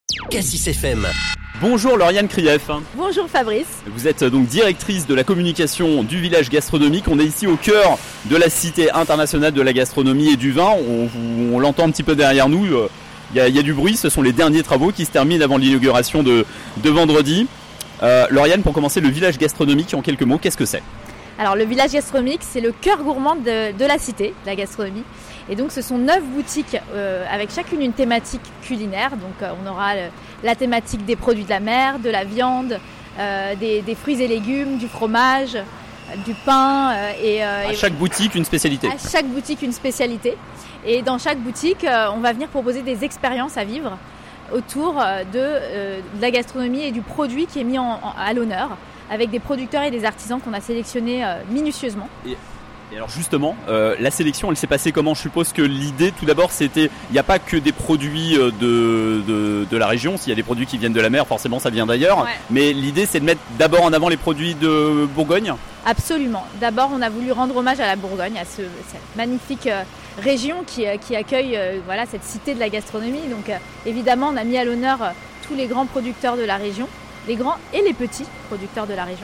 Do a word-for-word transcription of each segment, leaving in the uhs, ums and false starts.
Cassis F M. Bonjour Lauriane Krief. Bonjour Fabrice. Vous êtes donc directrice de la communication du village gastronomique. On est ici au cœur de la cité internationale de la gastronomie et du vin. On, on l'entend un petit peu derrière nous. Il y, a, il y a du bruit. Ce sont les derniers travaux qui se terminent avant l'inauguration de, de vendredi. Euh, Lauriane, pour commencer, le village gastronomique, en quelques mots, qu'est-ce que c'est ? Alors le village gastronomique, c'est le cœur gourmand de, de la cité, de la gastronomie. Et donc ce sont neuf boutiques euh, avec chacune une thématique culinaire. Donc euh, on aura le, la thématique des produits de la mer, de la viande, euh, des, des fruits et légumes, du fromage, euh, du pain. Euh, et, euh, à et chaque boutique une spécialité. À chaque boutique une spécialité. Et dans chaque boutique, euh, on va venir proposer des expériences à vivre autour de, euh, de la gastronomie et du produit qui est mis en, en, à l'honneur, avec des producteurs et des artisans qu'on a sélectionnés euh, minutieusement. Et, et alors justement, euh, la sélection, elle s'est passée comment ? Je suppose que l'idée, tout d'abord, c'était, il n'y a pas que des produits de, de, de la région. S'il y a des produits qui viennent de la mer, forcément, ça vient d'ailleurs. Ouais. Mais l'idée, c'est de mettre d'abord en avant les produits de Bourgogne ? Absolument. D'abord, on a voulu rendre hommage à la Bourgogne, à ce, cette magnifique euh, région qui, euh, qui accueille euh, voilà, cette cité de la gastronomie. Donc euh, évidemment, on a mis à l'honneur euh, tous les grands producteurs de la région, les grands et les petits producteurs de la région.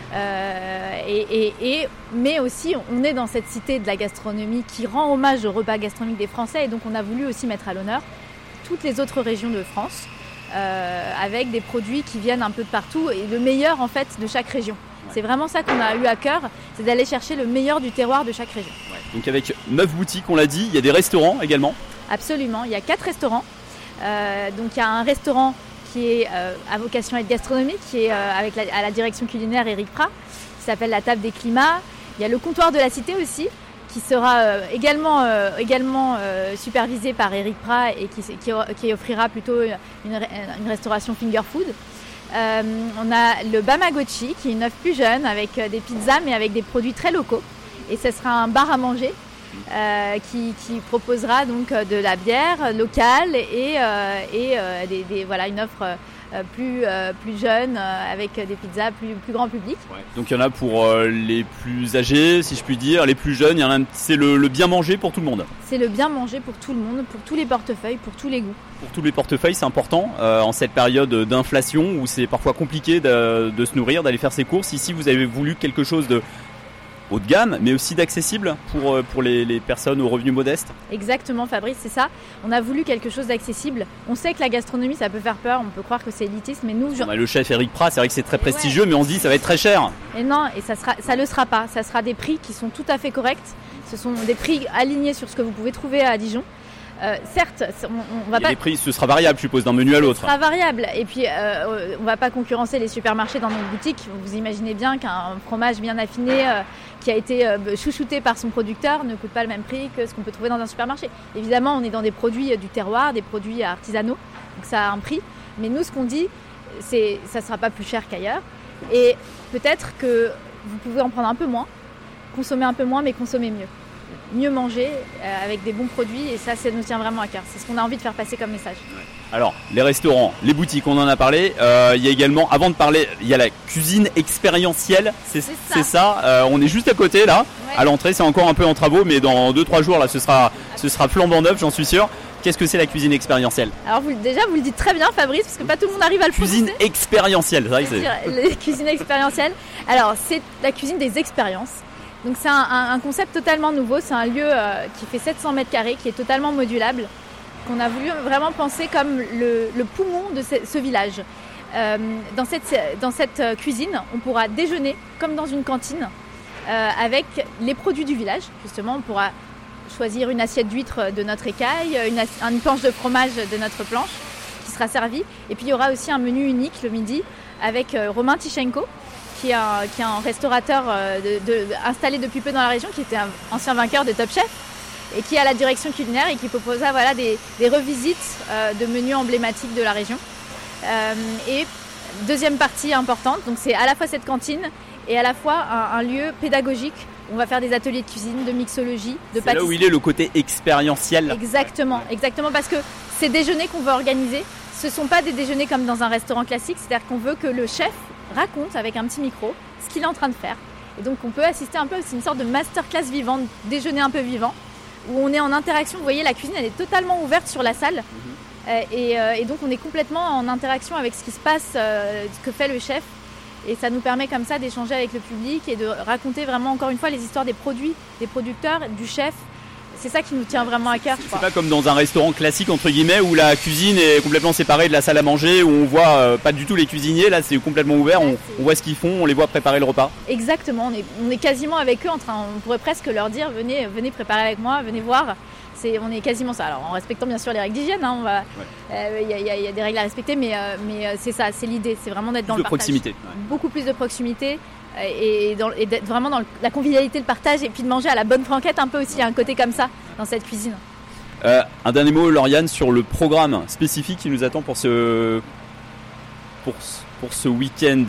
Euh, et, et, et, mais aussi, on est dans cette cité de la gastronomie qui rend hommage au repas gastronomique des Français. Et donc, on a voulu aussi mettre à l'honneur toutes les autres régions de France euh, avec des produits qui viennent un peu de partout et le meilleur en fait de chaque région. C'est vraiment ça qu'on a eu à cœur, c'est d'aller chercher le meilleur du terroir de chaque région. Ouais. Donc avec neuf boutiques, on l'a dit, il y a des restaurants également ? Absolument, il y a quatre restaurants. Euh, donc il y a un restaurant qui est euh, à vocation à être gastronomique, qui est euh, avec la, à la direction culinaire Éric Prat, qui s'appelle la Table des Climats. Il y a le comptoir de la Cité aussi, qui sera euh, également, euh, également euh, supervisé par Éric Prat et qui, qui, qui offrira plutôt une, une restauration finger food. Euh, on a le Bamagotchi qui est une œuvre plus jeune avec des pizzas mais avec des produits très locaux et ce sera un bar à manger euh, qui, qui proposera donc de la bière locale et, euh, et euh, des, des, voilà, une offre euh, plus, euh, plus jeune euh, avec des pizzas plus, plus grand public. Ouais. Donc il y en a pour euh, les plus âgés si je puis dire, les plus jeunes, il y en a un, c'est le, le bien manger pour tout le monde. C'est le bien manger pour tout le monde, pour tous les portefeuilles, pour tous les goûts. Pour tous les portefeuilles, c'est important euh, en cette période d'inflation où c'est parfois compliqué de, de se nourrir, d'aller faire ses courses. Ici, vous avez voulu quelque chose de haut de gamme, mais aussi d'accessible pour, pour les, les personnes aux revenus modestes. Exactement, Fabrice, c'est ça. On a voulu quelque chose d'accessible. On sait que la gastronomie, ça peut faire peur, on peut croire que c'est élitiste, mais nous... On a le chef Éric Prat, c'est vrai que c'est très prestigieux, ouais. Mais on se dit ça va être très cher. Et non, et ça sera, ça le sera pas. Ça sera des prix qui sont tout à fait corrects. Ce sont des prix alignés sur ce que vous pouvez trouver à Dijon. Euh, certes, on, on va pas. Les prix, ce sera variable, je suppose, d'un menu à l'autre. Ce sera variable. Et puis, euh, on va pas concurrencer les supermarchés dans nos boutiques. Vous imaginez bien qu'un fromage bien affiné, euh, qui a été euh, chouchouté par son producteur, ne coûte pas le même prix que ce qu'on peut trouver dans un supermarché. Évidemment, on est dans des produits du terroir, des produits artisanaux, donc ça a un prix. Mais nous, ce qu'on dit, c'est, ça sera pas plus cher qu'ailleurs. Et peut-être que vous pouvez en prendre un peu moins, consommer un peu moins, mais consommer mieux. Mieux manger euh, avec des bons produits et ça, ça nous tient vraiment à cœur. C'est ce qu'on a envie de faire passer comme message. Alors, les restaurants, les boutiques, on en a parlé. Euh, il y a également, avant de parler, il y a la cuisine expérientielle. C'est, c'est ça. C'est ça. Euh, on est juste à côté là, ouais. À l'entrée. C'est encore un peu en travaux, mais dans deux trois jours là, ce sera, ce sera flambant neuf, j'en suis sûr. Qu'est-ce que c'est la cuisine expérientielle ? Alors vous, déjà, vous le dites très bien, Fabrice, parce que pas tout le monde arrive à le prononcer. Cuisine expérientielle, c'est vrai que c'est. La cuisine expérientielle. Alors, c'est la cuisine des expériences. Donc c'est un, un, un concept totalement nouveau, c'est un lieu euh, qui fait sept cents mètres carrés, qui est totalement modulable, qu'on a voulu vraiment penser comme le, le poumon de ce, ce village. Euh, dans, cette, dans cette cuisine, on pourra déjeuner comme dans une cantine euh, avec les produits du village. Justement, on pourra choisir une assiette d'huîtres de notre écaille, une, une planche de fromage de notre planche qui sera servie. Et puis il y aura aussi un menu unique le midi avec euh, Romain Tichenko, qui est un, qui est un restaurateur de, de, installé depuis peu dans la région, qui était un ancien vainqueur de Top Chef et qui est à la direction culinaire et qui proposera voilà, des, des revisites euh, de menus emblématiques de la région. Euh, et deuxième partie importante, donc c'est à la fois cette cantine et à la fois un, un lieu pédagogique où on va faire des ateliers de cuisine, de mixologie, de pâtisserie. C'est là où il est le côté expérientiel. Exactement, exactement parce que ces déjeuners qu'on veut organiser, ce ne sont pas des déjeuners comme dans un restaurant classique, c'est-à-dire qu'on veut que le chef raconte avec un petit micro ce qu'il est en train de faire. Et donc on peut assister un peu, c'est une sorte de masterclass vivante, déjeuner un peu vivant, où on est en interaction. Vous voyez, la cuisine elle est totalement ouverte sur la salle. Euh, et, euh, et donc on est complètement en interaction avec ce qui se passe, euh, ce que fait le chef. Et ça nous permet comme ça d'échanger avec le public et de raconter vraiment encore une fois les histoires des produits, des producteurs, du chef. C'est ça qui nous tient vraiment à cœur. Je crois. C'est pas comme dans un restaurant classique entre guillemets où la cuisine est complètement séparée de la salle à manger, où on voit euh, pas du tout les cuisiniers. Là c'est complètement ouvert, on, on voit ce qu'ils font, on les voit préparer le repas. Exactement, on est, on est quasiment avec eux en train, on pourrait presque leur dire venez, venez préparer avec moi, venez voir. C'est, on est quasiment ça. Alors en respectant bien sûr les règles d'hygiène, hein, on va, il ouais. euh, y, y, y a des règles à respecter, mais, euh, mais euh, c'est ça, c'est l'idée, c'est vraiment d'être plus dans de le partage. Proximité. Ouais. Beaucoup plus de proximité euh, et, dans, et d'être vraiment dans le, la convivialité, le partage et puis de manger à la bonne franquette un peu aussi, il y a un côté comme ça dans cette cuisine. Euh, un dernier mot, Lauriane, sur le programme spécifique qui nous attend pour ce, pour, pour ce week-end.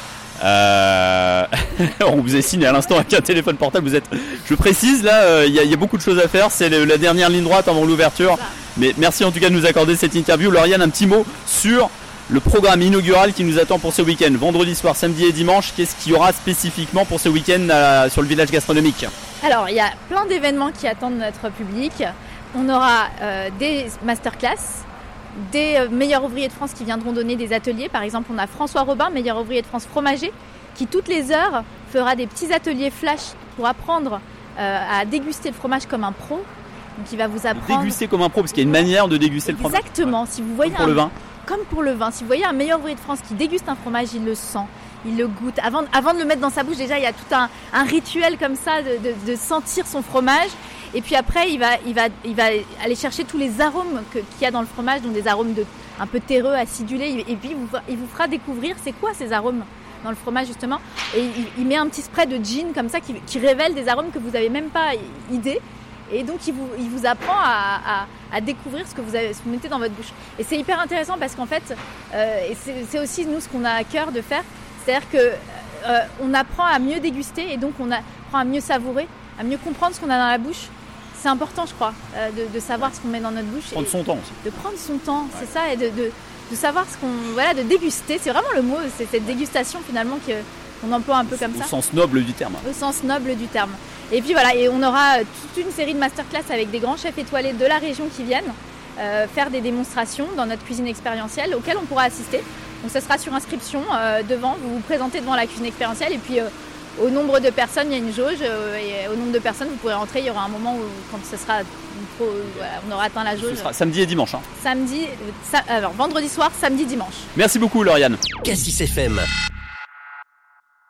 Euh... On vous est signé à l'instant avec un téléphone portable. Vous êtes, je précise là, il euh, y, y a beaucoup de choses à faire. C'est le, la dernière ligne droite avant l'ouverture. Mais merci en tout cas de nous accorder cette interview. Lauriane, un petit mot sur le programme inaugural qui nous attend pour ce week-end, vendredi soir, samedi et dimanche. Qu'est-ce qu'il y aura spécifiquement pour ce week-end euh, sur le village gastronomique? Alors, il y a plein d'événements qui attendent notre public. On aura euh, des masterclass, des euh, meilleurs ouvriers de France qui viendront donner des ateliers. Par exemple, on a François Robin, meilleur ouvrier de France fromager, qui toutes les heures fera des petits ateliers flash pour apprendre euh, à déguster le fromage comme un pro. Donc, il va vous apprendre... Déguster comme un pro, parce qu'il y a une manière de déguster le fromage. Exactement. Si vous voyez comme pour un... le vin. Comme pour le vin. Si vous voyez un meilleur ouvrier de France qui déguste un fromage, il le sent, il le goûte. Avant, avant de le mettre dans sa bouche, déjà, il y a tout un, un rituel comme ça de, de, de sentir son fromage. Et puis après, il va, il va, il va aller chercher tous les arômes que, qu'il y a dans le fromage, donc des arômes de, un peu terreux, acidulés. Et puis, il vous, il vous fera découvrir c'est quoi ces arômes dans le fromage, justement. Et il, il met un petit spray de gin comme ça qui, qui révèle des arômes que vous n'avez même pas idée. Et donc, il vous, il vous apprend à, à, à découvrir ce que vous, avez, ce que vous mettez dans votre bouche. Et c'est hyper intéressant parce qu'en fait, euh, et c'est, c'est aussi nous ce qu'on a à cœur de faire. C'est-à-dire qu'on euh, apprend à mieux déguster et donc on apprend à mieux savourer, à mieux comprendre ce qu'on a dans la bouche. C'est important, je crois, euh, de, de savoir ce qu'on met dans notre bouche. Prendre son temps aussi. De prendre son temps, ouais. c'est ça, et de, de, de savoir ce qu'on... Voilà, de déguster. C'est vraiment le mot, c'est cette dégustation finalement que, qu'on emploie un peu comme au ça. Au sens noble du terme. Au sens noble du terme. Et puis voilà, et on aura toute une série de masterclass avec des grands chefs étoilés de la région qui viennent euh, faire des démonstrations dans notre cuisine expérientielle auxquelles on pourra assister. Donc ça sera sur inscription euh, devant, vous vous présentez devant la cuisine expérientielle et puis euh, au nombre de personnes, il y a une jauge euh, et au nombre de personnes, vous pourrez rentrer. Il y aura un moment où quand ce sera trop, voilà, on aura atteint la jauge. Ce sera samedi et dimanche. Hein. Samedi, sa, alors vendredi soir, samedi, dimanche. Merci beaucoup Lauriane. Cassis F M.